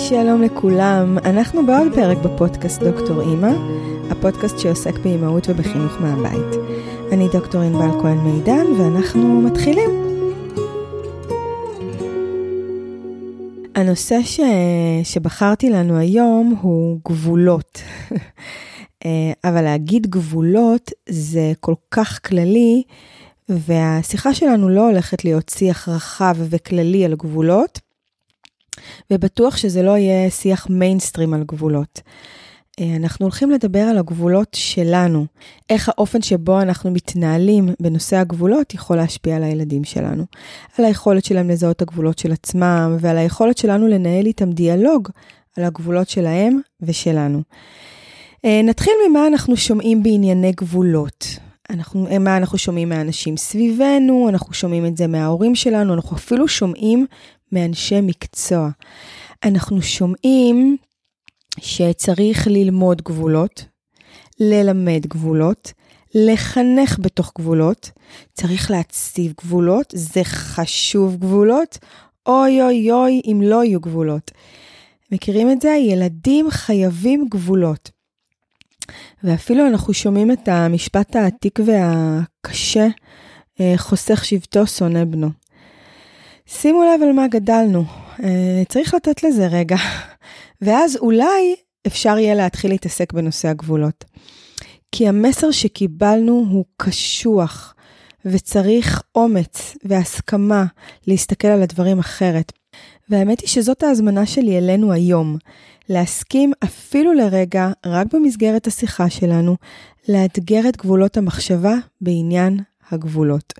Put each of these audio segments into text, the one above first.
שלום לכולם, אנחנו בעוד פרק בפודקאסט דוקטור אימא, הפודקאסט שעוסק באימהות ובחינוך מהבית. אני דוקטור ענבל כהן מידן ואנחנו מתחילים. הנושא שבחרתי לנו היום הוא גבולות. אבל להגיד גבולות זה כל כך כללי, והשיחה שלנו לא הולכת להיות שיח רחב וכללי על גבולות, ובטוח שזה לא יהיה שיח מיינסטרים על גבולות. אנחנו הולכים לדבר על הגבולות שלנו, איך האופן שבו אנחנו מתנהלים בנושא הגבולות יכול להשפיע על הילדים שלנו, על היכולת שלהם לזהות את הגבולות של עצמם, ועל היכולת שלנו לנהל איתם דיאלוג על הגבולות שלהם ושלנו. נתחיל ממה אנחנו שומעים בענייני גבולות. מה אנחנו שומעים מהאנשים סביבנו, אנחנו שומעים את זה מההורים שלנו, אנחנו אפילו שומעים מאנשי מקצוע. אנחנו שומעים שצריך ללמוד גבולות, ללמד גבולות, לחנך בתוך גבולות, צריך להציב גבולות, זה חשוב גבולות, אוי אוי אוי אם לא יהיו גבולות. מכירים את זה? ילדים חייבים גבולות. ואפילו אנחנו שומעים את המשפט העתיק והקשה, חוסך שבטו שונא בנו. שימו לב על מה גדלנו, צריך לתת לזה רגע, ואז אולי אפשר יהיה להתחיל להתעסק בנושא הגבולות. כי המסר שקיבלנו הוא קשוח, וצריך אומץ והסכמה להסתכל על הדברים אחרת. והאמת היא שזאת ההזמנה שלי אלינו היום, להסכים אפילו לרגע, רק במסגרת השיחה שלנו, לאתגר את גבולות המחשבה בעניין הגבולות.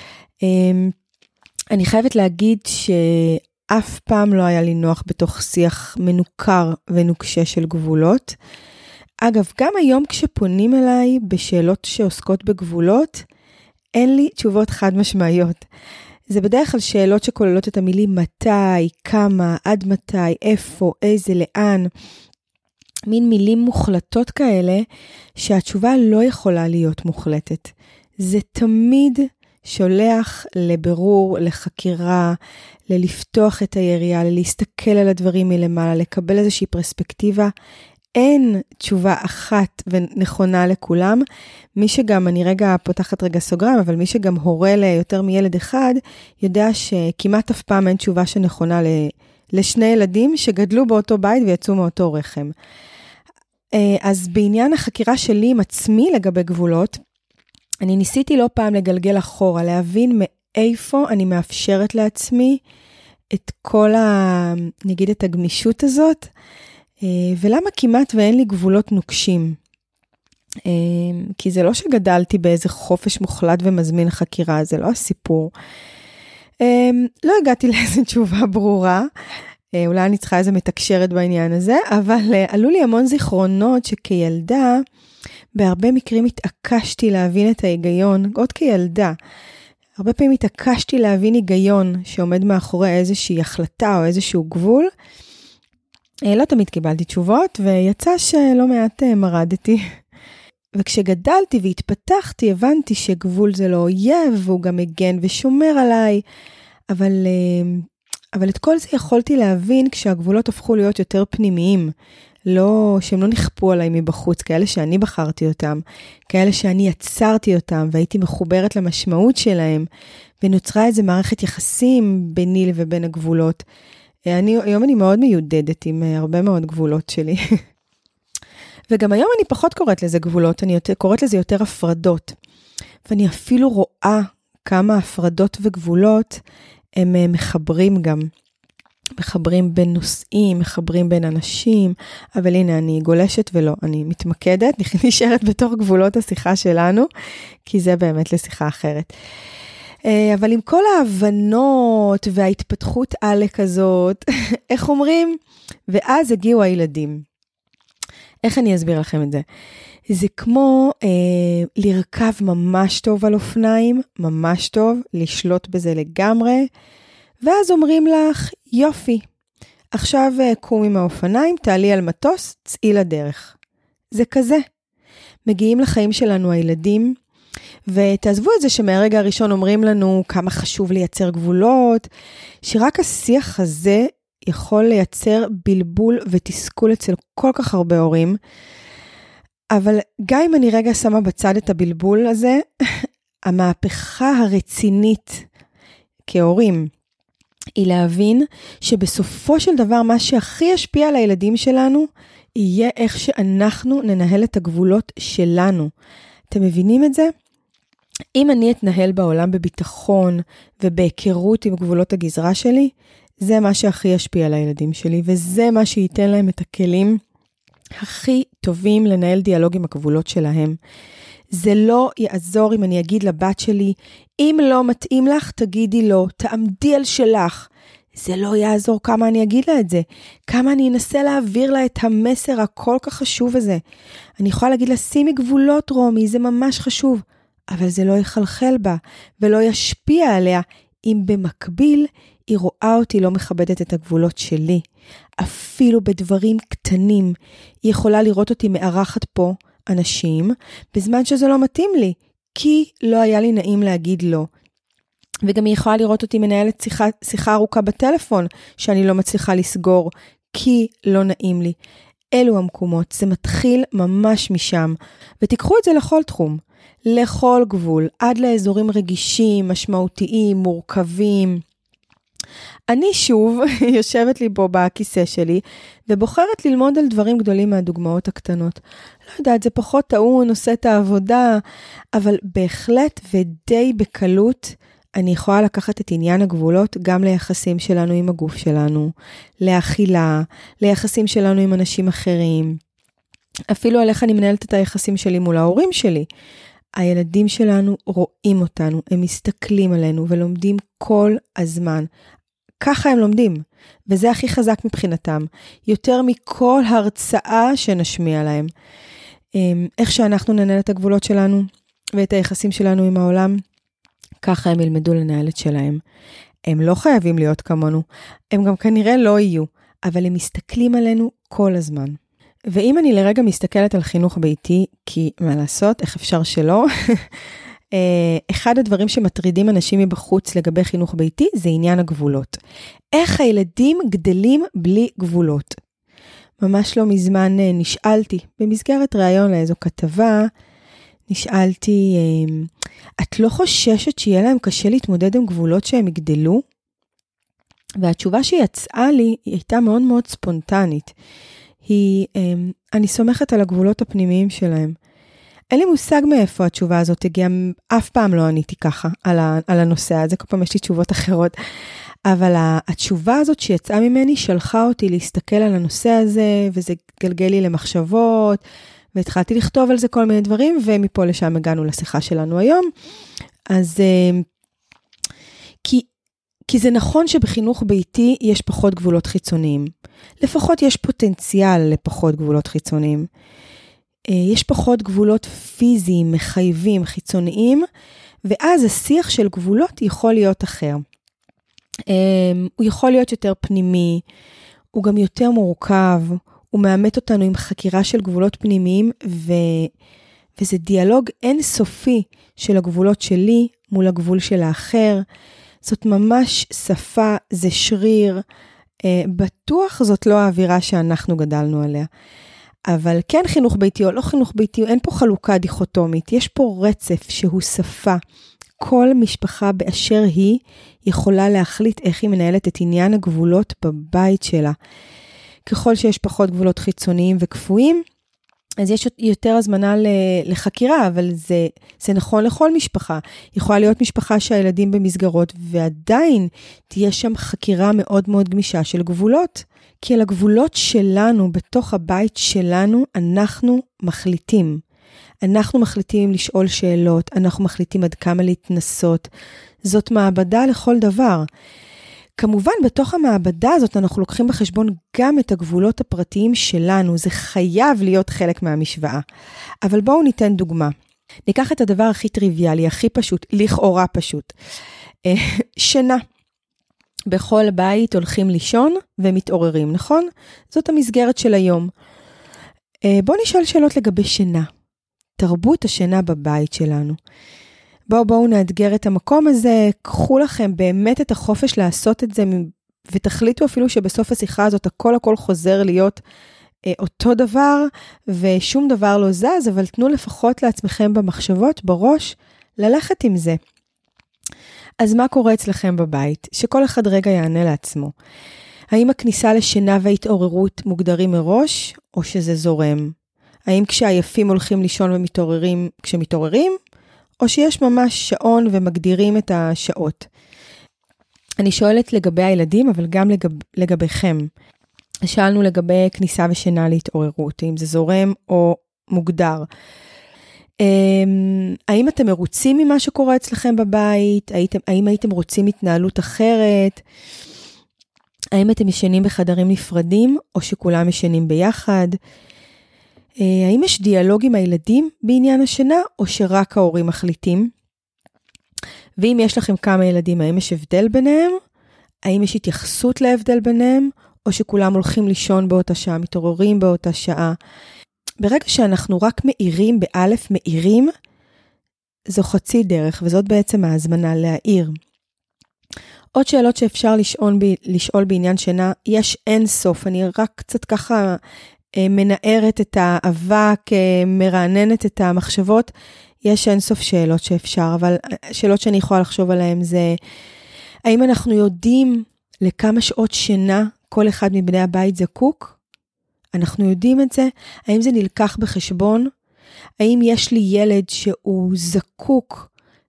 אני חייבת להגיד שאף פעם לא היה לי נוח בתוך שיח מנוכר ונוקשה של גבולות. אגב, גם היום כשפונים אליי בשאלות שעוסקות בגבולות, אין לי תשובות חד משמעיות. זה בדרך כלל שאלות שכוללות את המילים מתי, כמה, עד מתי, איפה, איזה, לאן. מין מילים מוחלטות כאלה שהתשובה לא יכולה להיות מוחלטת. זה תמיד שולח לבירור, לחקירה, ללפתוח את היריעה, להסתכל על הדברים מלמעלה, לקבל איזושהי פרספקטיבה. אין תשובה אחת ונכונה לכולם. מי שגם, אני פותחת סוגריים, אבל מי שגם הורה ליותר מילד אחד, יודע שכמעט אף פעם אין תשובה שנכונה לשני ילדים שגדלו באותו בית ויצאו מאותו רחם. אז בעניין החקירה שלי עם עצמי לגבי גבולות, אני ניסיתי לא פעם לגלגל אחורה, להבין מאיפה אני מאפשרת לעצמי את כל נגיד את הגמישות הזאת, ולמה כמעט ואין לי גבולות נוקשים? כי זה לא שגדלתי באיזה חופש מוחלט ומזמין חקירה, זה לא הסיפור. לא הגעתי לאיזו תשובה ברורה, אולי אני צריכה איזה מתקשרת בעניין הזה, אבל עלו לי המון זיכרונות שכילדה, בהרבה מקרים התעקשתי להבין את ההיגיון, עוד כילדה. הרבה פעמים התעקשתי להבין היגיון שעומד מאחורי איזושהי החלטה או איזשהו גבול. לא תמיד קיבלתי תשובות, ויצא שלא מעט מרדתי. וכשגדלתי והתפתחתי, הבנתי שגבול זה לא אויב, והוא גם מגן ושומר עליי. אבל את כל זה יכולתי להבין כשהגבולות הפכו להיות יותר פנימיים. שהם לא נכפו עליי מבחוץ, כאלה שאני בחרתי אותם, כאלה שאני יצרתי אותם, והייתי מחוברת למשמעות שלהם, ונוצרה איזו מערכת יחסים ביני ובין הגבולות. היום אני מאוד מיודדת עם הרבה מאוד גבולות שלי. וגם היום אני פחות קוראת לזה גבולות, אני קוראת לזה יותר הפרדות. ואני אפילו רואה כמה הפרדות וגבולות הם מחברים גם. מחברים בין נושאים, מחברים בין אנשים, אבל הנה אני גולשת ולא, אני מתמקדת, נשארת בתוך גבולות השיחה שלנו, כי זה באמת לשיחה אחרת. אבל עם כל ההבנות וההתפתחות עלק הזאת, איך אומרים? ואז הגיעו הילדים. איך אני אסביר לכם את זה? זה כמו לרכב ממש טוב על אופניים, ממש טוב, לשלוט בזה לגמרי, ואז אומרים לך, יופי, עכשיו קום עם האופניים, תעלי על מטוס, צאי לדרך. זה כזה. מגיעים לחיים שלנו הילדים, ותעזבו את זה שמהרגע הראשון אומרים לנו כמה חשוב לייצר גבולות, שרק השיח הזה יכול לייצר בלבול ותסכול אצל כל כך הרבה הורים, אבל גם אם אני רגע שמה בצד את הבלבול הזה, המהפכה הרצינית כהורים, היא להבין שבסופו של דבר מה שהכי ישפיע על הילדים שלנו, יהיה איך שאנחנו ננהל את הגבולות שלנו. אתם מבינים את זה? אם אני אתנהל בעולם בביטחון ובהיכרות עם גבולות הגזרה שלי, זה מה שהכי ישפיע על הילדים שלי, וזה מה שייתן להם את הכלים הכי טובים לנהל דיאלוג עם הגבולות שלהם. זה לא יעזור אם אני אגיד לבת שלי, אם לא מתאים לך, תגידי לו, תעמדי על שלך. זה לא יעזור כמה אני אגיד לה את זה, כמה אני אנסה להעביר לה את המסר הכל כך חשוב הזה. אני יכולה להגיד לה, שימי גבולות רומי, זה ממש חשוב, אבל זה לא יחלחל בה, ולא ישפיע עליה, אם במקביל היא רואה אותי לא מכבדת את הגבולות שלי. אפילו בדברים קטנים, היא יכולה לראות אותי מארחת פה אנשים, בזמן שזה לא מתאים לי, כי לא היה לי נעים להגיד לא. וגם היא יכולה לראות אותי מנהלת שיחה ארוכה בטלפון, שאני לא מצליחה לסגור, כי לא נעים לי. אלו המקומות, זה מתחיל ממש משם, ותיקחו את זה לכל תחום, לכל גבול, עד לאזורים רגישים, משמעותיים, מורכבים. אני שוב יושבת לי פה בכיסא שלי, ובוחרת ללמוד על דברים גדולים מהדוגמאות הקטנות. לא יודעת, זה פחות טעון, עושה את העבודה, אבל בהחלט ודי בקלות, אני יכולה לקחת את עניין הגבולות גם ליחסים שלנו עם הגוף שלנו, לאכילה, ליחסים שלנו עם אנשים אחרים, אפילו על איך אני מנהלת את היחסים שלי מול ההורים שלי. הילדים שלנו רואים אותנו, הם מסתכלים עלינו ולומדים כל הזמן. ככה הם לומדים, וזה הכי חזק מבחינתם, יותר מכל הרצאה שנשמיע להם. איך שאנחנו ננהל את הגבולות שלנו ואת היחסים שלנו עם העולם, ככה הם ילמדו לנהל את שלהם. הם לא חייבים להיות כמונו, הם גם כנראה לא יהיו, אבל הם מסתכלים עלינו כל הזמן. ואם אני לרגע מסתכלת על חינוך ביתי, כי מה לעשות, איך אפשר שלא? אחד הדברים שמטרידים אנשים מבחוץ לגבי חינוך ביתי, זה עניין הגבולות. איך הילדים גדלים בלי גבולות? ממש לא מזמן נשאלתי, במסגרת ראיון לאיזו כתבה, נשאלתי, את לא חוששת שיהיה להם קשה להתמודד עם גבולות שהם יגדלו? והתשובה שיצאה לי, היא הייתה מאוד מאוד ספונטנית. אני סומכת על הגבולות הפנימיים שלהם. אין לי מושג מאיפה התשובה הזאת הגיעה, אף פעם לא עניתי ככה על הנושא הזה, כל פעם יש לי תשובות אחרות, אבל התשובה הזאת שיצאה ממני שלחה אותי להסתכל על הנושא הזה, וזה גלגל לי למחשבות, והתחלתי לכתוב על זה כל מיני דברים, ומפה לשם הגענו לשיחה שלנו היום. אז כי זה נכון שבחינוך ביתי יש פחות גבולות חיצוניים. לפחות יש פוטנציאל לפחות גבולות חיצוניים. יש פחות גבולות פיזיים, מחייבים, חיצוניים, ואז השיח של גבולות יכול להיות אחר. הוא יכול להיות יותר פנימי, הוא גם יותר מורכב, הוא מאמת אותנו עם חקירה של גבולות פנימיים, וזה דיאלוג אינסופי של הגבולות שלי מול הגבול של האחר. זאת ממש שפה, זה שריר, בטוח זאת לא האווירה שאנחנו גדלנו עליה. אבל כן חינוך ביתי או לא חינוך ביתי, אין פה חלוקה דיכוטומית, יש פה רצף שהוא שפה. כל משפחה באשר היא יכולה להחליט איך היא מנהלת את עניין הגבולות בבית שלה. ככל שיש פחות גבולות חיצוניים וקפואים, אז יש יותר הזמנה לחקירה, אבל זה נכון לכל משפחה. יכולה להיות משפחה שהילדים במסגרות, ועדיין תהיה שם חקירה מאוד מאוד גמישה של גבולות. כי על הגבולות שלנו, בתוך הבית שלנו, אנחנו מחליטים. אנחנו מחליטים לשאול שאלות, אנחנו מחליטים עד כמה להתנסות. זאת מעבדה לכל דבר. כמובן, בתוך המעבדה הזאת אנחנו לוקחים בחשבון גם את הגבולות הפרטיים שלנו. זה חייב להיות חלק מהמשוואה. אבל בואו ניתן דוגמה. ניקח את הדבר הכי טריוויאלי, הכי פשוט, לכאורה פשוט. שינה. בכל בית הולכים לישון ומתעוררים, נכון? זאת המסגרת של היום. בואו נשאל שאלות לגבי שינה. תרבות השינה בבית שלנו. בואו נאתגר את המקום הזה, קחו לכם באמת את החופש לעשות את זה ותחליטו אפילו שבסוף השיחה הזאת הכל חוזר להיות אותו דבר, ושום דבר לא זז, אבל תנו לפחות לעצמכם במחשבות, בראש, ללכת עם זה. אז מה קורה אצלכם בבית? שכל אחד רגע יענה לעצמו. האם הכניסה לשינה וההתעוררות מוגדרים מראש, או שזה זורם? האם כשעייפים הולכים לישון ומתעוררים כשמתעוררים, או שיש ממש שעון ומגדירים את השעות? אני שואלת לגבי הילדים, אבל גם לגביכם. שאלנו לגבי כניסה ושינה להתעוררות, האם זה זורם או מוגדר. האם אתם מרוצים ממה שקורה אצלכם בבית? האם הייתם רוצים התנהלות אחרת? האם אתם ישנים בחדרים נפרדים, או שכולם ישנים ביחד? האם יש דיאלוג עם הילדים בעניין השינה, או שרק ההורים מחליטים? ואם יש לכם כמה ילדים, האם יש הבדל ביניהם? האם יש התייחסות להבדל ביניהם? או שכולם הולכים לישון באותה שעה, מתעוררים באותה שעה? ברגע שאנחנו רק מאירים, זו חצי דרך, וזאת בעצם ההזמנה להעיר. עוד שאלות שאפשר לשאול בעניין שינה, יש אין סוף, אני רק קצת ככה מנערת את האבק, מרעננת את המחשבות, יש אין סוף שאלות שאפשר, אבל שאלות שאני יכולה לחשוב עליהן זה, האם אנחנו יודעים לכמה שעות שינה כל אחד מבני הבית זקוק? אנחנו יודעים את זה? האם זה נלקח בחשבון? האם יש לי ילד שהוא זקוק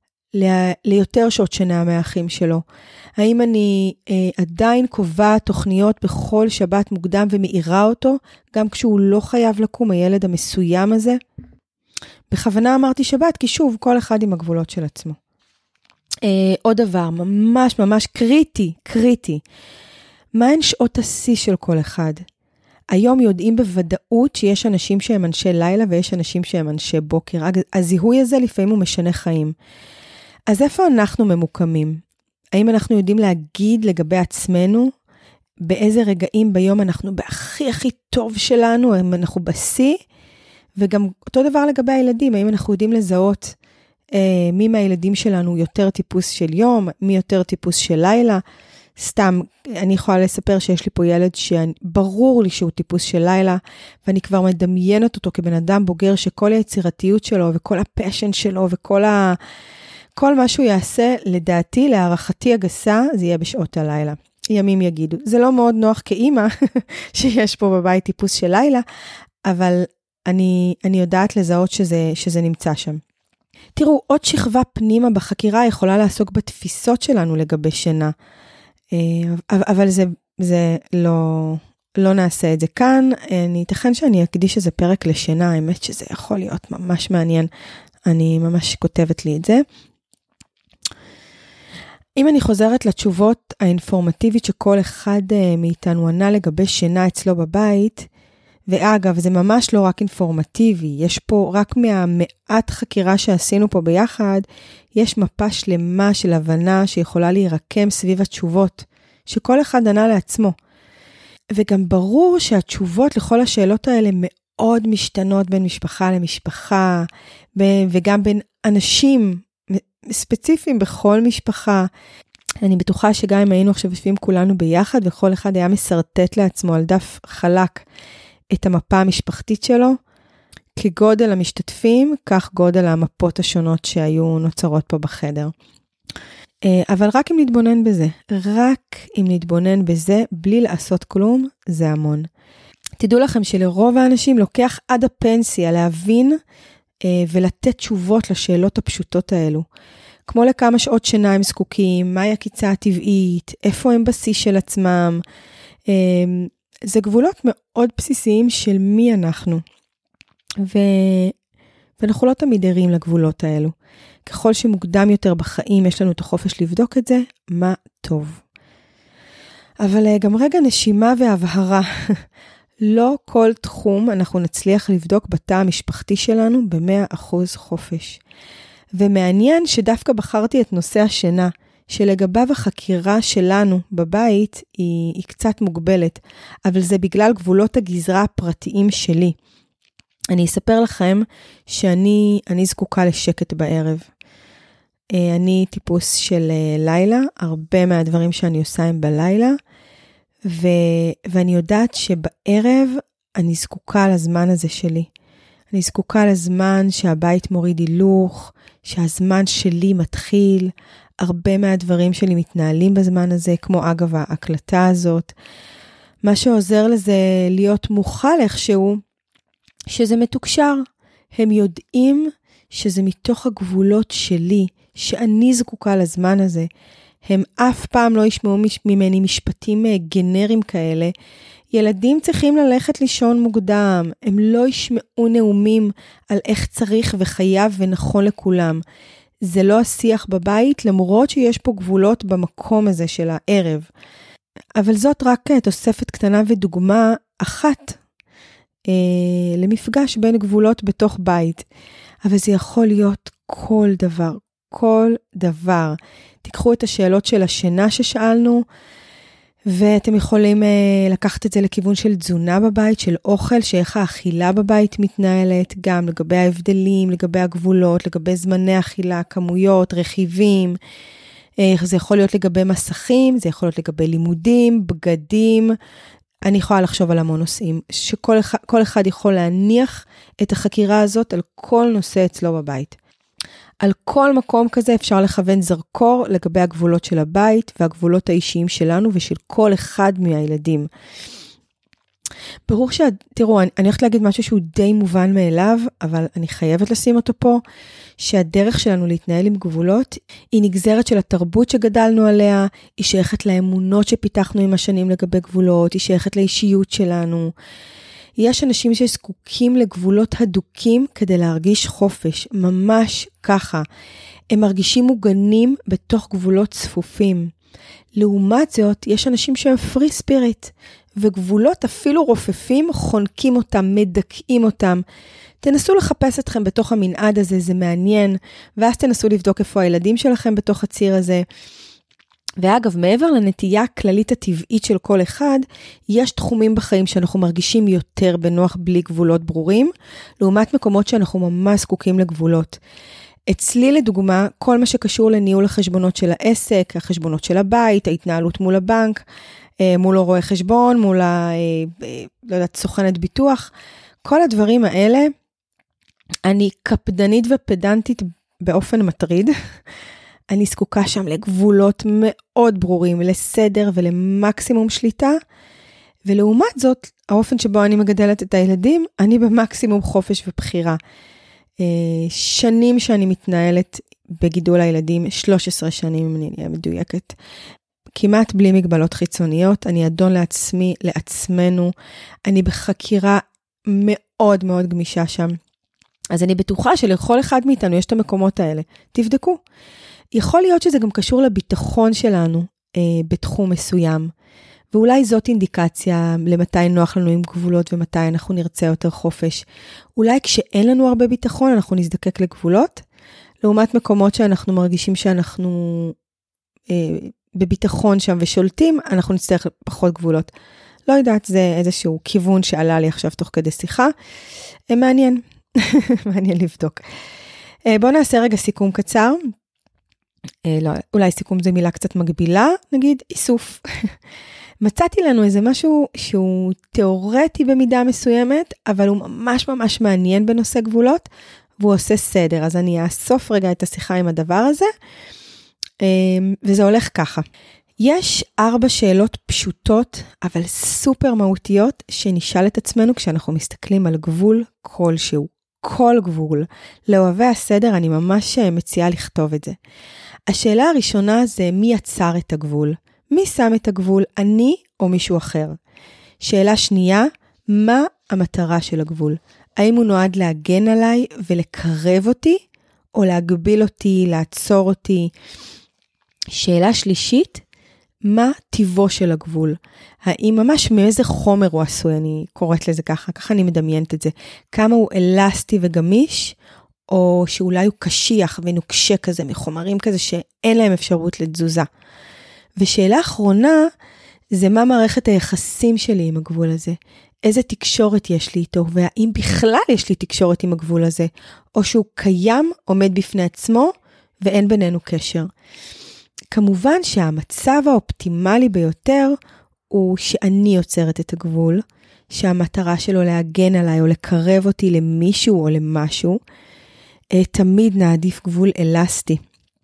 ליותר שעות שינה מהאחים שלו? האם אני עדיין קובעת תוכניות בכל שבת מוקדם ומאירה אותו, גם כשהוא לא חייב לקום, הילד המסוים הזה? בכוונה אמרתי שבת, כי שוב, כל אחד עם הגבולות של עצמו. עוד דבר, ממש קריטי. מהן שעות השיא של כל אחד? היום יודעים בוודאות שיש אנשים שהם אנשי לילה, ויש אנשים שהם אנשי בוקר. הזיהוי הזה לפעמים הוא משנה חיים. אז איפה אנחנו ממוקמים? האם אנחנו יודעים להגיד לגבי עצמנו, באיזה רגעים ביום אנחנו בהכי טוב שלנו, האם אנחנו בשיא, וגם אותו דבר לגבי הילדים, האם אנחנו יודעים לזהות מי מהילדים שלנו יותר טיפוס של יום, מי יותר טיפוס של לילה. סתם, אני יכולה לספר שיש לי פה ילד שברור לי שהוא טיפוס של לילה, ואני כבר מדמיינת אותו כבן אדם בוגר, שכל היצירתיות שלו, וכל הפשן שלו, כל מה שהוא יעשה, לדעתי, להערכתי הגסה, זה יהיה בשעות הלילה. ימים יגידו. זה לא מאוד נוח כאימא, שיש פה בבית טיפוס של לילה, אבל אני יודעת לזהות שזה נמצא שם. תראו, עוד שכבה פנימה בחקירה יכולה לעסוק בתפיסות שלנו לגבי שינה, אבל זה לא נעשה את זה כאן. ייתכן שאני אקדיש איזה פרק לשינה, האמת שזה יכול להיות ממש מעניין, אני ממש כותבת לי את זה. אם אני חוזרת לתשובות האינפורמטיבית שכל אחד מאיתנו ענה לגבי שינה אצלו בבית, ואגב, זה ממש לא רק אינפורמטיבי, יש פה רק מהמעט חקירה שעשינו פה ביחד, יש מפה שלמה של הבנה שיכולה להירקם סביב התשובות, שכל אחד ענה לעצמו. וגם ברור שהתשובות לכל השאלות האלה מאוד משתנות בין משפחה למשפחה, וגם בין אנשים ספציפיים בכל משפחה. אני בטוחה שגם אם היינו עכשיו יושבים כולנו ביחד, וכל אחד היה מסרטט לעצמו על דף חלק את המפה המשפחתית שלו, כגודל המשתתפים, כך גודל המפות השונות שהיו נוצרות פה בחדר. אבל רק אם נתבונן בזה, בלי לעשות כלום, זה המון. תדעו לכם שלרוב האנשים לוקח עד הפנסיה להבין ולתת תשובות לשאלות הפשוטות האלו. כמו לכמה שעות שינה הם זקוקים, מהי הקיצה הטבעית, איפה הם בשיא של עצמם. זה גבולות מאוד בסיסיים של מי אנחנו. ואנחנו לא תמיד ערים לגבולות האלו. ככל שמוקדם יותר בחיים יש לנו את החופש לבדוק את זה, מה טוב. אבל גם רגע נשימה והבהרה. לא כל תחום אנחנו נצליח לבדוק בתא המשפחתי שלנו ב100% חופש. ומעניין שדווקא בחרתי את נושא השינה, שלגביו החקירה שלנו בבית היא קצת מוגבלת, אבל זה בגלל גבולות הגזרה הפרטיים שלי. אני אספר לכם שאני זקוקה לשקט בערב. אני טיפוס של לילה, הרבה מהדברים שאני עושה הם בלילה, ואני יודעת שבערב אני זקוקה לזמן הזה שלי. אני זקוקה לזמן שהבית מוריד הילוך, שהזמן שלי מתחיל, הרבה מהדברים שלי מתנהלים בזמן הזה, כמו אגב ההקלטה הזאת. מה שעוזר לזה להיות מוכל איכשהו, שזה מתוקשר. הם יודעים שזה מתוך הגבולות שלי, שאני זקוקה לזמן הזה. הם אף פעם לא ישמעו ממני משפטים גנריים כאלה. ילדים צריכים ללכת לישון מוקדם, הם לא ישמעו נאומים על איך צריך וחייב ונכון לכולם. זה לא השיח בבית, למרות שיש פה גבולות במקום הזה של הערב. אבל זאת רק תוספת קטנה ודוגמה אחת למפגש בין גבולות בתוך בית. אבל זה יכול להיות כל דבר, כל דבר. תיקחו את השאלות של השינה ששאלנו, ואתם יכולים לקחת את זה לכיוון של תזונה בבית, של אוכל, שאיך האכילה בבית מתנהלת, גם לגבי ההבדלים, לגבי הגבולות, לגבי זמני אכילה, כמויות, רכיבים. זה יכול להיות לגבי מסכים, זה יכול להיות לגבי לימודים, בגדים. אני יכולה לחשוב על המון נושאים, שכל אחד יכול להניח את החקירה הזאת על כל נושא אצלו בבית. על כל מקום כזה אפשר לכוון זרקור לגבי הגבולות של הבית והגבולות האישיים שלנו ושל כל אחד מהילדים. ברור תראו, אני הולכת להגיד משהו שהוא די מובן מאליו, אבל אני חייבת לשים אותו פה, שהדרך שלנו להתנהל עם גבולות, היא נגזרת של התרבות שגדלנו עליה, היא שייכת לאמונות שפיתחנו עם השנים לגבי גבולות, היא שייכת לאישיות שלנו. יש אנשים שזקוקים לגבולות הדוקים כדי להרגיש חופש, ממש ככה. הם מרגישים מוגנים בתוך גבולות צפופים. לעומת זאת, יש אנשים שהם פרי ספיריט, וגבולות אפילו רופפים, חונקים אותם, מדכאים אותם. תנסו לחפש אתכם בתוך המנעד הזה, זה מעניין, ואז תנסו לבדוק איפה הילדים שלכם בתוך הציר הזה. ואגב, מעבר לנטייה הכללית הטבעית של כל אחד, יש תחומים בחיים שאנחנו מרגישים יותר בנוח בלי גבולות ברורים, לעומת מקומות שאנחנו ממש זקוקים לגבולות. אצלי לדוגמה, כל מה שקשור לניהול החשבונות של העסק, החשבונות של הבית, ההתנהלות מול הבנק, מול רואה חשבון, מול לא יודעת, סוכנת ביטוח, כל הדברים האלה, אני קפדנית ופדנטית באופן מטריד, אני זקוקה שם לגבולות מאוד ברורים, לסדר ולמקסימום שליטה, ולעומת זאת, האופן שבו אני מגדלת את הילדים, אני במקסימום חופש ובחירה. שנים שאני מתנהלת בגידול הילדים, 13 שנים אם אני נהיה מדויקת, כמעט בלי מגבלות חיצוניות, אני אדון לעצמי, לעצמנו, אני בחקירה מאוד מאוד גמישה שם. אז אני בטוחה שלכל אחד מאיתנו יש את המקומות האלה. תבדקו. יכול להיות שזה גם קשור לביטחון שלנו בתחום מסוים, ואולי זאת אינדיקציה למתי נוח לנו עם גבולות ומתי אנחנו נרצה יותר חופש. אולי כשאין לנו הרבה ביטחון אנחנו נזדקק לגבולות, לעומת מקומות שאנחנו מרגישים שאנחנו בביטחון שם ושולטים, אנחנו נצטרך פחות גבולות. לא יודעת, זה איזשהו כיוון שעלה לי עכשיו תוך כדי שיחה. מעניין, מעניין לבדוק. בואו נעשה רגע סיכום קצר. לא, אולי סיכום זה מילה קצת מגבילה, נגיד איסוף. מצאתי לנו איזה משהו שהוא תיאורטי במידה מסוימת, אבל הוא ממש ממש מעניין בנושא גבולות, והוא עושה סדר. אז אני אאסוף רגע את השיחה עם הדבר הזה, וזה הולך ככה. יש 4 שאלות פשוטות, אבל סופר מהותיות, שנשאל את עצמנו כשאנחנו מסתכלים על גבול כלשהו. כל גבול. לאוהבי הסדר אני ממש מציעה לכתוב את זה. השאלה הראשונה זה מי יצר את הגבול? מי שם את הגבול? אני או מישהו אחר? שאלה שנייה, מה המטרה של הגבול? האם הוא נועד להגן עליי ולקרב אותי? או להגביל אותי, לעצור אותי? שאלה שלישית, מה טיבו של הגבול? האם ממש מאיזה חומר הוא עשוי? אני קוראת לזה ככה, ככה אני מדמיינת את זה. כמה הוא אלסטי וגמיש, או שאולי הוא קשיח ונוקשה כזה, מחומרים כזה שאין להם אפשרות לתזוזה. ושאלה אחרונה, זה מה מערכת היחסים שלי עם הגבול הזה? איזה תקשורת יש לי איתו, והאם בכלל יש לי תקשורת עם הגבול הזה? או שהוא קיים, עומד בפני עצמו, ואין בינינו קשר. כמובן שהמצב האופטימלי ביותר הוא שאני יוצרת את הגבול, שהמטרה שלו להגן עליי או לקרב אותי למישהו או למשהו, תמיד נעדיף גבול אלסטי,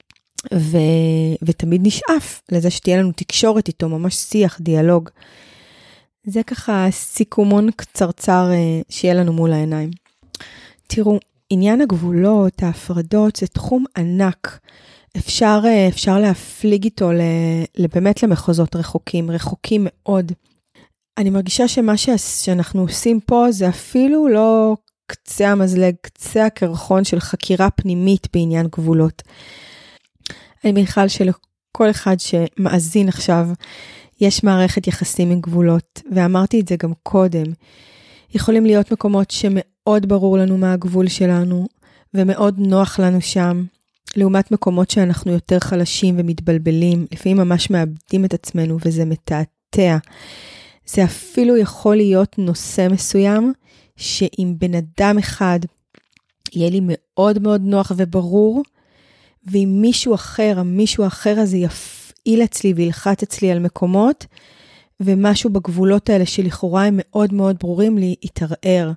ותמיד נשאף לזה שתהיה לנו תקשורת איתו, ממש שיח, דיאלוג. זה ככה סיכומון קצרצר שיהיה לנו מול העיניים. תראו, עניין הגבולות, ההפרדות, זה תחום ענק. אפשר להפליג איתו באמת למחוזות רחוקים מאוד. אני מרגישה שמה שאנחנו עושים פה זה אפילו לא קצה המזלג, קצה הקרחון של חקירה פנימית בעניין גבולות. אני מניחה שלכל אחד שמאזין עכשיו, יש מערכת יחסים עם גבולות, ואמרתי את זה גם קודם. יכולים להיות מקומות שמאוד ברור לנו מה הגבול שלנו, ומאוד נוח לנו שם, לעומת מקומות שאנחנו יותר חלשים ומתבלבלים, לפעמים ממש מאבדים את עצמנו, וזה מתעתע. זה אפילו יכול להיות נושא מסוים, שאם בן אדם אחד יהיה לי מאוד מאוד נוח וברור, ואם מישהו אחר הזה יפעיל אצלי וילחץ אצלי על מקומות, ומשהו בגבולות האלה שלכאורה הם מאוד מאוד ברורים לי, יתערער.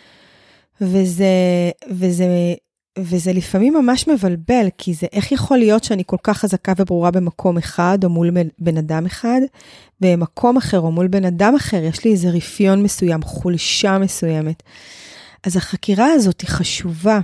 וזה לפעמים ממש מבלבל, כי זה איך יכול להיות שאני כל כך חזקה וברורה במקום אחד, או מול בן אדם אחד, במקום אחר או מול בן אדם אחר, יש לי איזה רפיון מסוים, חולשה מסוימת. אז החקירה הזאת היא חשובה,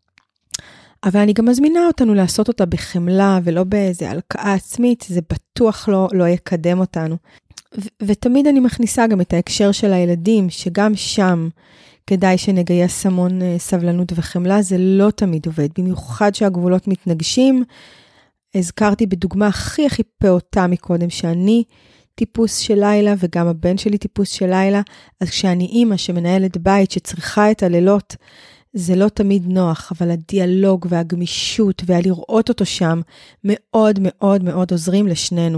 אבל אני גם מזמינה אותנו לעשות אותה בחמלה, ולא באיזה הלקאה עצמית, זה בטוח לא יקדם אותנו. ותמיד אני מכניסה גם את ההקשר של הילדים, שגם שם כדאי שנגייס המון סבלנות וחמלה, זה לא תמיד עובד, במיוחד שהגבולות מתנגשים. הזכרתי בדוגמה הכי פעוטה מקודם, שאני טיפוס של לילה, וגם הבן שלי טיפוס של לילה, אז כשאני אימא שמנהלת בית שצריכה את הלילות, זה לא תמיד נוח, אבל הדיאלוג והגמישות והלראות אותו שם, מאוד מאוד מאוד עוזרים לשנינו.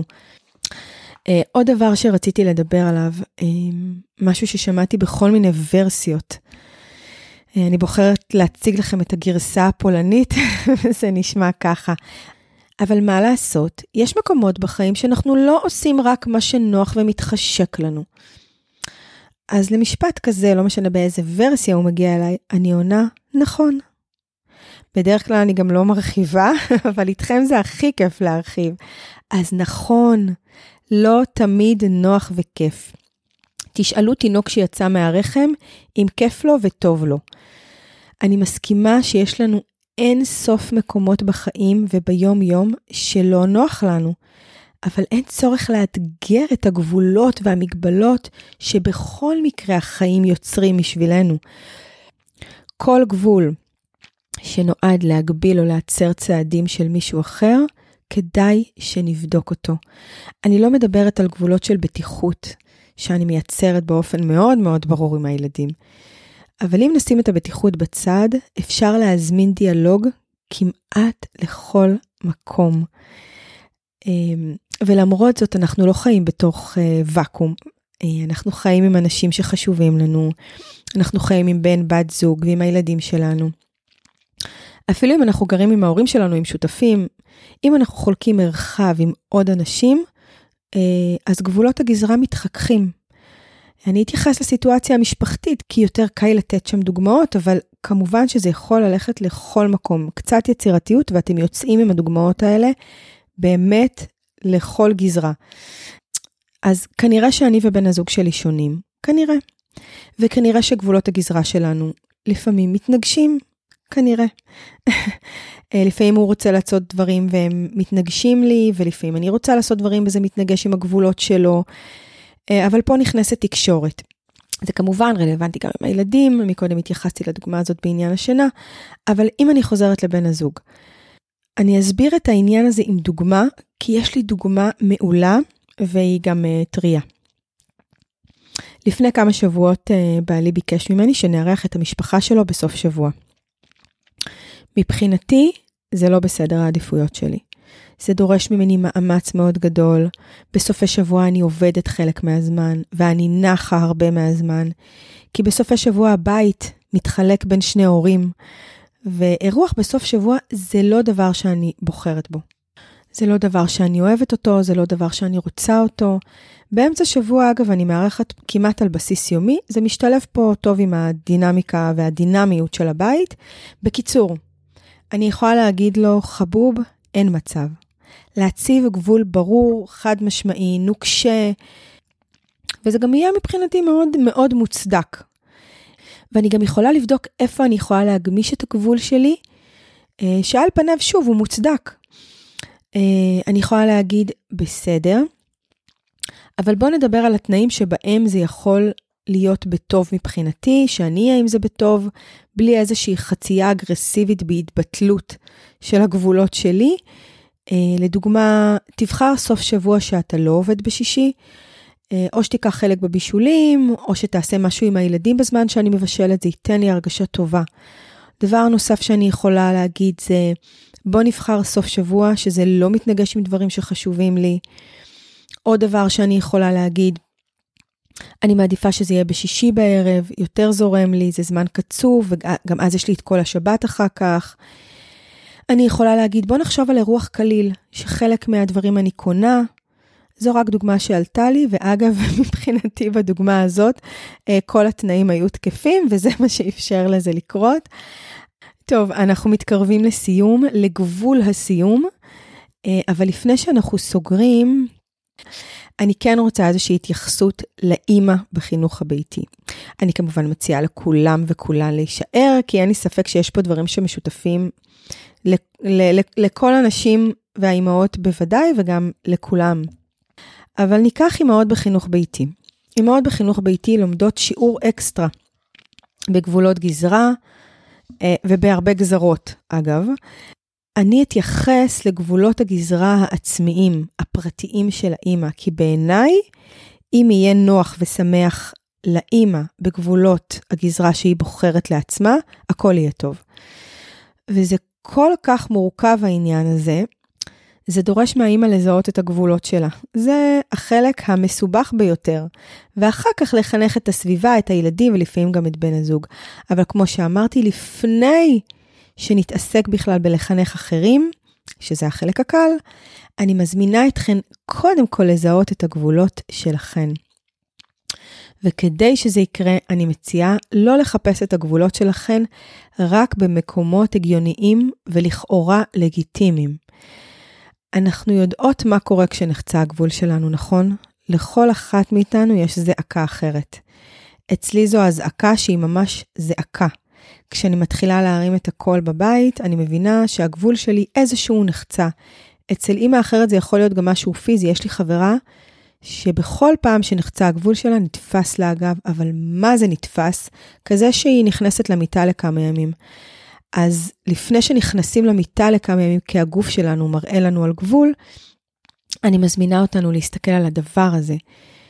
עוד דבר שרציתי לדבר עליו, משהו ששמעתי בכל מיני ורסיות. אני בוחרת להציג לכם את הגרסה הפולנית, וזה נשמע ככה. אבל מה לעשות? יש מקומות בחיים שאנחנו לא עושים רק מה שנוח ומתחשק לנו. אז למשפט כזה, לא משנה באיזה ורסיה הוא מגיע אליי, אני עונה, נכון. בדרך כלל אני גם לא מרחיבה, אבל איתכם זה הכי כיף להרחיב. אז נכון, לא תמיד נוח וכיף. תשאלו תינוק שיצא מהרחם, אם כיף לו וטוב לו. אני מסכימה שיש לנו אין סוף מקומות בחיים וביום יום שלא נוח לנו. אבל אין צורך לאתגר את הגבולות והמגבלות שבכל מקרה החיים יוצרים בשבילנו. כל גבול שנועד להגביל או לעצר צעדים של מישהו אחר, כדאי שנבדוק אותו. אני לא מדברת על גבולות של בטיחות, שאני מייצרת באופן מאוד מאוד ברור עם הילדים. אבל אם נשים את הבטיחות בצד, אפשר להזמין דיאלוג כמעט לכל מקום. ולמרות זאת אנחנו לא חיים בתוך וקום. אנחנו חיים עם אנשים שחשובים לנו, אנחנו חיים עם בן, בת זוג ועם הילדים שלנו. אפילו אם אנחנו גרים עם ההורים שלנו, עם שותפים, אם אנחנו חולקים מרחב עם עוד אנשים, אז גבולות הגזרה מתחככים. אני אתייחס לסיטואציה המשפחתית, כי יותר קל לתת שם דוגמאות, אבל כמובן שזה יכול ללכת לכל מקום. קצת יצירתיות, ואתם יוצאים עם הדוגמאות האלה, באמת לכל גזרה. אז כנראה שאני ובן הזוג שלי שונים, כנראה. וכנראה שגבולות הגזרה שלנו לפעמים מתנגשים, כנראה. לפעמים הוא רוצה לעשות דברים והם מתנגשים לי, ולפעמים אני רוצה לעשות דברים וזה מתנגש עם הגבולות שלו. אבל פה נכנסת תקשורת. זה כמובן רלוונטי גם עם הילדים, מקודם התייחסתי לדוגמה הזאת בעניין השינה, אבל אם אני חוזרת לבן הזוג, אני אסביר את העניין הזה עם דוגמה, כי יש לי דוגמה מעולה, והיא גם טריה. לפני כמה שבועות בעלי ביקש ממני שנארח את המשפחה שלו בסוף שבוע. מבחינתי זה לא בסדר העדיפויות שלי. זה דורש ממני מאמץ מאוד גדול. בסופי שבוע אני עובדת חלק מהזמן, ואני נחה הרבה מהזמן, כי בסופי שבוע הבית מתחלק בין שני הורים, ואירוח בסוף שבוע זה לא דבר שאני בוחרת בו. זה לא דבר שאני אוהבת אותו, זה לא דבר שאני רוצה אותו. באמצע שבוע, אגב, אני מארחת כמעט על בסיס יומי, זה משתלב פה טוב עם הדינמיקה והדינמיות של הבית. בקיצור, אני יכולה להגיד לו, חבוב, אין מצב. להציב גבול ברור, חד משמעי, נוקשה, וזה גם יהיה מבחינתי מאוד מאוד מוצדק. ואני גם יכולה לבדוק איפה אני יכולה להגמיש את הגבול שלי, שעל פניו שוב הוא מוצדק. אני יכולה להגיד בסדר, אבל בוא נדבר על התנאים שבהם זה יכול להיות בטוב מבחינתי, שאני אהיה עם זה בטוב, בלי איזושהי חצייה אגרסיבית בהתבטלות של הגבולות שלי. לדוגמה, תבחר סוף שבוע שאתה לא עובד בשישי, או שתיקח חלק בבישולים, או שתעשה משהו עם הילדים בזמן שאני מבשלת, זה ייתן לי הרגשה טובה. דבר נוסף שאני יכולה להגיד זה, בוא נבחר סוף שבוע שזה לא מתנגש עם דברים שחשובים לי. עוד דבר שאני יכולה להגיד, אני מעדיפה שזה יהיה בשישי בערב, יותר זורם לי, זה זמן קצוב, וגם אז יש לי את כל השבת אחר כך. אני יכולה להגיד, בוא נחשוב על אירוח קליל, שחלק מהדברים אני קונה, זו רק דוגמה שעלתה לי, ואגב, מבחינתי בדוגמה הזאת, כל התנאים היו תקפים, וזה מה שאפשר לזה לקרות. טוב, אנחנו מתקרבים לסיום, לגבול הסיום, אבל לפני שאנחנו סוגרים, אני כן רוצה איזושהי התייחסות לאמא בחינוך הביתי. אני כמובן מציעה לכולם וכולן להישאר, כי אין לי ספק שיש פה דברים שמשותפים לכל הנשים והאימהות בוודאי, וגם לכולם. אבל ניקח אימהות בחינוך ביתי. אימהות בחינוך ביתי לומדות שיעור אקסטרה, בגבולות גזרה, ובהרבה גזרות, אגב. אני אתייחס לגבולות הגזרה העצמיים, הפרטיים של האמא, כי בעיניי, אם יהיה נוח ושמח לאמא בגבולות הגזרה שהיא בוחרת לעצמה, הכל יהיה טוב. וזה כל כך מורכב העניין הזה, זה דורש מהאמא לזהות את הגבולות שלה. זה החלק המסובך ביותר. ואחר כך לחנך את הסביבה, את הילדים ולפעמים גם את בן הזוג. אבל כמו שאמרתי, לפני שנתעסק בכלל בלחנך אחרים, שזה החלק הקל, אני מזמינה אתכן קודם כל לזהות את הגבולות שלכן. וכדי שזה יקרה, אני מציעה לא לחפש את הגבולות שלכן רק במקומות הגיוניים ולכאורה לגיטימיים. אנחנו יודעות מה קורה כשנחצה הגבול שלנו, נכון? לכל אחת מאיתנו יש זעקה אחרת. אצלי זו הזעקה שהיא ממש זעקה. כשאני מתחילה להרים את הקול בבית, אני מבינה שהגבול שלי איזשהו נחצה. אצל אמא אחרת זה יכול להיות גם משהו פיזי. יש לי חברה שבכל פעם שנחצה הגבול שלה נתפס לה אגב, אבל מה זה נתפס? כזה שהיא נכנסת למיטה לכמה ימים. אז לפני שנכנסים למיטה לכמה ימים, כי הגוף שלנו מראה לנו על גבול, אני מזמינה אותנו להסתכל על הדבר הזה.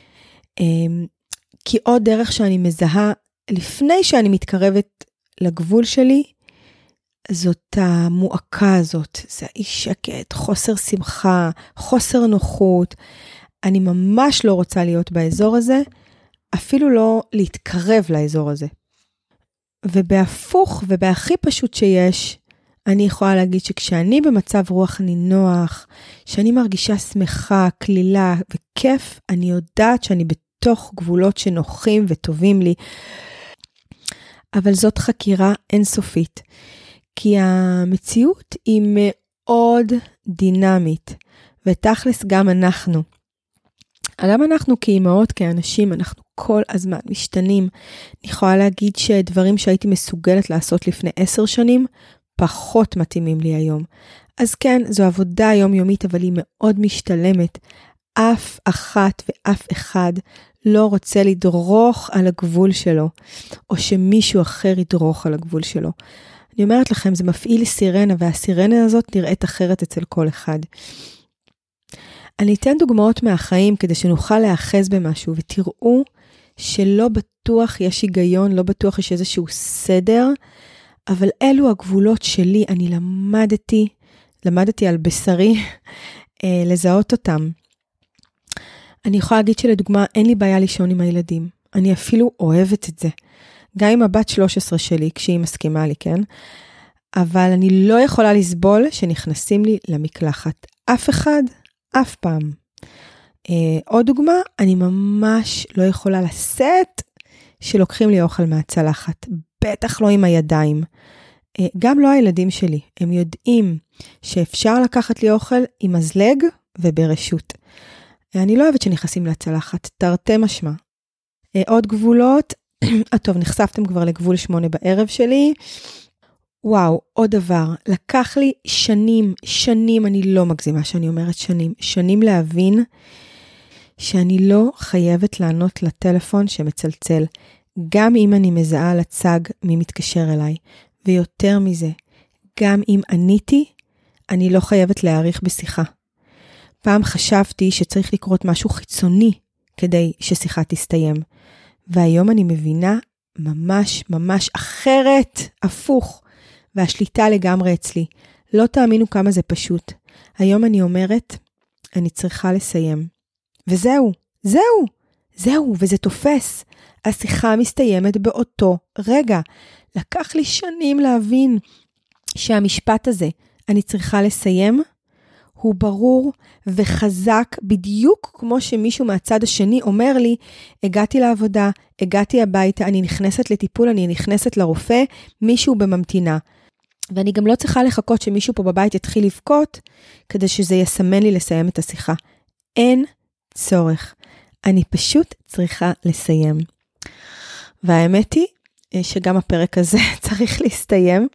כי עוד דרך שאני מזהה, לפני שאני מתקרבת לגבול שלי, זאת המועקה הזאת, זה אי שקט, חוסר שמחה, חוסר נוחות. אני ממש לא רוצה להיות באזור הזה, אפילו לא להתקרב לאזור הזה. ובהפוך ובהכי פשוט שיש, אני יכולה להגיד שכשאני במצב רוח נינוח, שאני מרגישה שמחה, כלילה וכיף, אני יודעת שאני בתוך גבולות שנוחים וטובים לי. אבל זאת חקירה אינסופית, כי המציאות היא מאוד דינמית, ותכלס גם אנחנו. גם אנחנו כאימהות, כאנשים, אנחנו כל הזמן משתנים. אני יכולה להגיד שדברים שהייתי מסוגלת לעשות לפני 10 שנים, פחות מתאימים לי היום. אז כן, זו עבודה יומיומית, אבל היא מאוד משתלמת. אף אחת ואף אחד לא רוצה לדרוך על הגבול שלו, או שמישהו אחר ידרוך על הגבול שלו. אני אומרת לכם, זה מפעיל סירנה, והסירנה הזאת נראית אחרת אצל כל אחד. אני אתן דוגמאות מהחיים כדי שנוכל להאחז במשהו, ותראו שלא בטוח יש היגיון, לא בטוח יש איזשהו סדר, אבל אלו הגבולות שלי, אני למדתי על בשרי לזהות אותם. אני יכולה להגיד שלדוגמה, אין לי בעיה לישון עם הילדים. אני אפילו אוהבת את זה. גם עם הבת 13 שלי, כשהיא מסכימה לי, כן? אבל אני לא יכולה לסבול שנכנסים לי למקלחת. אף אחד, אף פעם. עוד דוגמה, אני ממש לא יכולה לשאת שלוקחים לי אוכל מהצלחת. בטח לא עם הידיים. גם לא הילדים שלי. הם יודעים שאפשר לקחת לי אוכל עם מזלג וברשות. אני לא אוהבת שנכנסים לצלחת, תרתי משמע. עוד גבולות, טוב, נחשפתם כבר לגבול 8 בערב שלי. וואו, עוד דבר, לקח לי שנים, אני לא מגזימה שאני אומרת שנים להבין שאני לא חייבת לענות לטלפון שמצלצל, גם אם אני מזהה על הצג מי מתקשר אליי, ויותר מזה, גם אם עניתי, אני לא חייבת להאריך בשיחה. פעם חשבתי שצריך לקרות משהו חיצוני כדי ששיחה תסתיים, והיום אני מבינה ממש אחרת, הפוך, והשליטה לגמרי אצלי. לא תאמינו כמה זה פשוט. היום אני אומרת, אני צריכה לסיים. וזהו, וזה תופס. השיחה מסתיימת באותו רגע. לקח לי שנים להבין שהמשפט הזה, אני צריכה לסיים, הוא ברור וחזק בדיוק כמו שמישהו מהצד השני אומר לי, הגעתי לעבודה, הגעתי הביתה, אני נכנסת לטיפול, אני נכנסת לרופא, מישהו בממתינה. ואני גם לא צריכה לחכות שמישהו פה בבית יתחיל לבכות, כדי שזה יסמן לי לסיים את השיחה. אין צורך. אני פשוט צריכה לסיים. והאמת היא שגם הפרק הזה צריך להסתיים.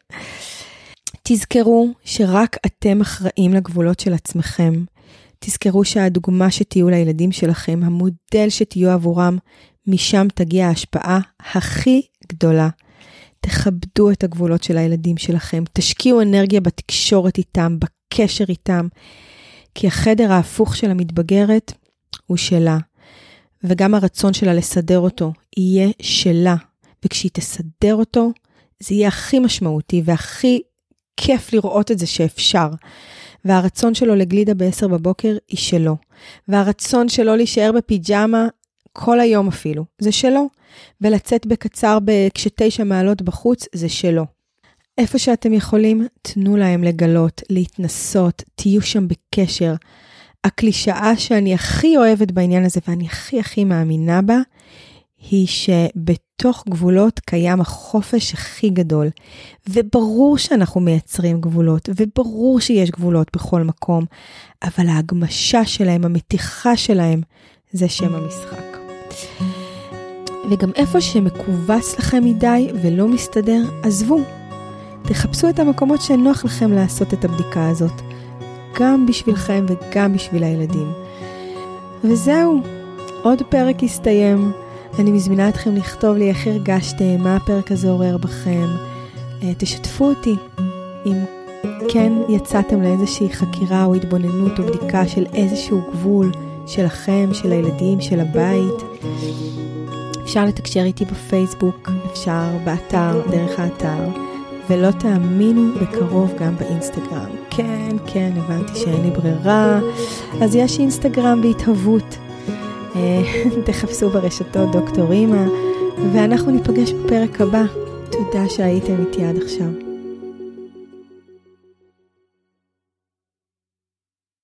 תזכרו שרק אתם אחראים לגבולות של עצמכם. תזכרו שהדוגמה שתהיו לילדים שלכם, המודל שתהיו עבורם, משם תגיע ההשפעה הכי גדולה. תכבדו את הגבולות של הילדים שלכם, תשקיעו אנרגיה בתקשורת איתם, בקשר איתם, כי החדר ההפוך של המתבגרת הוא שלה, וגם הרצון שלה לסדר אותו יהיה שלה, וכשהיא תסדר אותו, זה יהיה הכי משמעותי והכי כיף לראות את זה שאפשר. והרצון שלו לגלידה ב10 בבוקר היא שלו. והרצון שלו להישאר בפיג'מה כל היום אפילו, זה שלו. ולצאת בקצר כש9 מעלות בחוץ, זה שלו. איפה שאתם יכולים, תנו להם לגלות, להתנסות, תהיו שם בקשר. הקלישאה שאני הכי אוהבת בעניין הזה, ואני הכי מאמינה בה, היא שבתוך גבולות קיים החופש הכי גדול. וברור שאנחנו מייצרים גבולות, וברור שיש גבולות בכל מקום, אבל ההגמשה שלהם, המתיחה שלהם, זה שם המשחק. וגם איפה שמקובץ לכם מדי ולא מסתדר, עזבו. תחפשו את המקומות שנוח לכם לעשות את הבדיקה הזאת, גם בשבילכם וגם בשביל הילדים. וזהו, עוד פרק הסתיים. אני מזמינה אתכם לכתוב לי איך הרגשתם, מה הפרק הזה עורר בכם. תשתפו אותי אם כן יצאתם לאיזושהי חקירה או התבוננות או בדיקה של איזשהו גבול שלכם, של הילדים, של הבית. אפשר לתקשר איתי בפייסבוק, אפשר באתר, דרך האתר, ולא תאמינו בקרוב גם באינסטגרם. כן, הבנתי שאין לי ברירה, אז יש אינסטגרם בהתהוות. תחפשו ברשתות דוקטור אימא, ואנחנו ניפגש בפרק הבא. תודה שהייתם איתי עד עכשיו.